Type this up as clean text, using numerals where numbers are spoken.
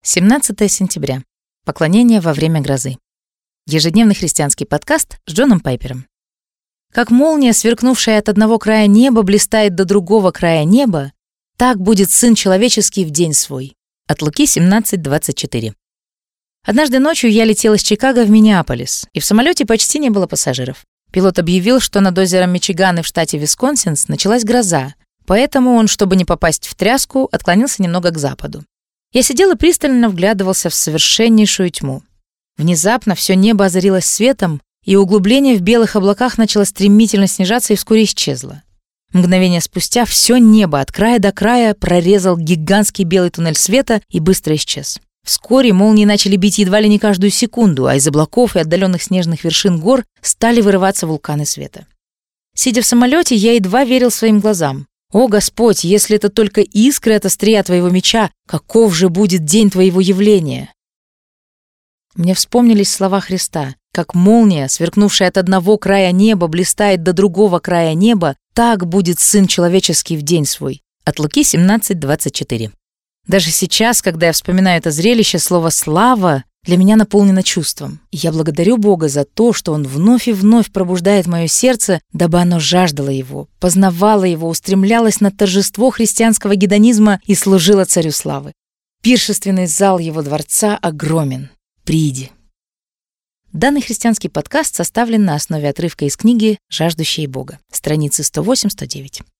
17 сентября. Поклонение во время грозы. Ежедневный христианский подкаст с Джоном Пайпером. Как молния, сверкнувшая от одного края неба, блистает до другого края неба, так будет Сын Человеческий в день свой. От Луки 17:24. Однажды ночью я летела из Чикаго в Миннеаполис, и в самолете почти не было пассажиров. Пилот объявил, что над озером Мичиган и в штате Висконсин началась гроза, поэтому он, чтобы не попасть в тряску, отклонился немного к западу. Я сидел и пристально вглядывался в совершеннейшую тьму. Внезапно все небо озарилось светом, и углубление в белых облаках начало стремительно снижаться и вскоре исчезло. Мгновение спустя все небо от края до края прорезал гигантский белый туннель света и быстро исчез. Вскоре молнии начали бить едва ли не каждую секунду, а из облаков и отдаленных снежных вершин гор стали вырываться вулканы света. Сидя в самолете, я едва верил своим глазам. «О, Господь, если это только искры от острия Твоего меча, каков же будет день Твоего явления?» Мне вспомнились слова Христа: «Как молния, сверкнувшая от одного края неба, блистает до другого края неба, так будет Сын Человеческий в день свой». От Луки 17:24. Даже сейчас, когда я вспоминаю это зрелище, слово «слава» для меня наполнено чувством. И я благодарю Бога за то, что Он вновь и вновь пробуждает мое сердце, дабы оно жаждало Его, познавало Его, устремлялось на торжество христианского гедонизма и служило Царю славы. Пиршественный зал Его дворца огромен. Приди. Данный христианский подкаст составлен на основе отрывка из книги «Жаждущие Бога», страницы 108-109.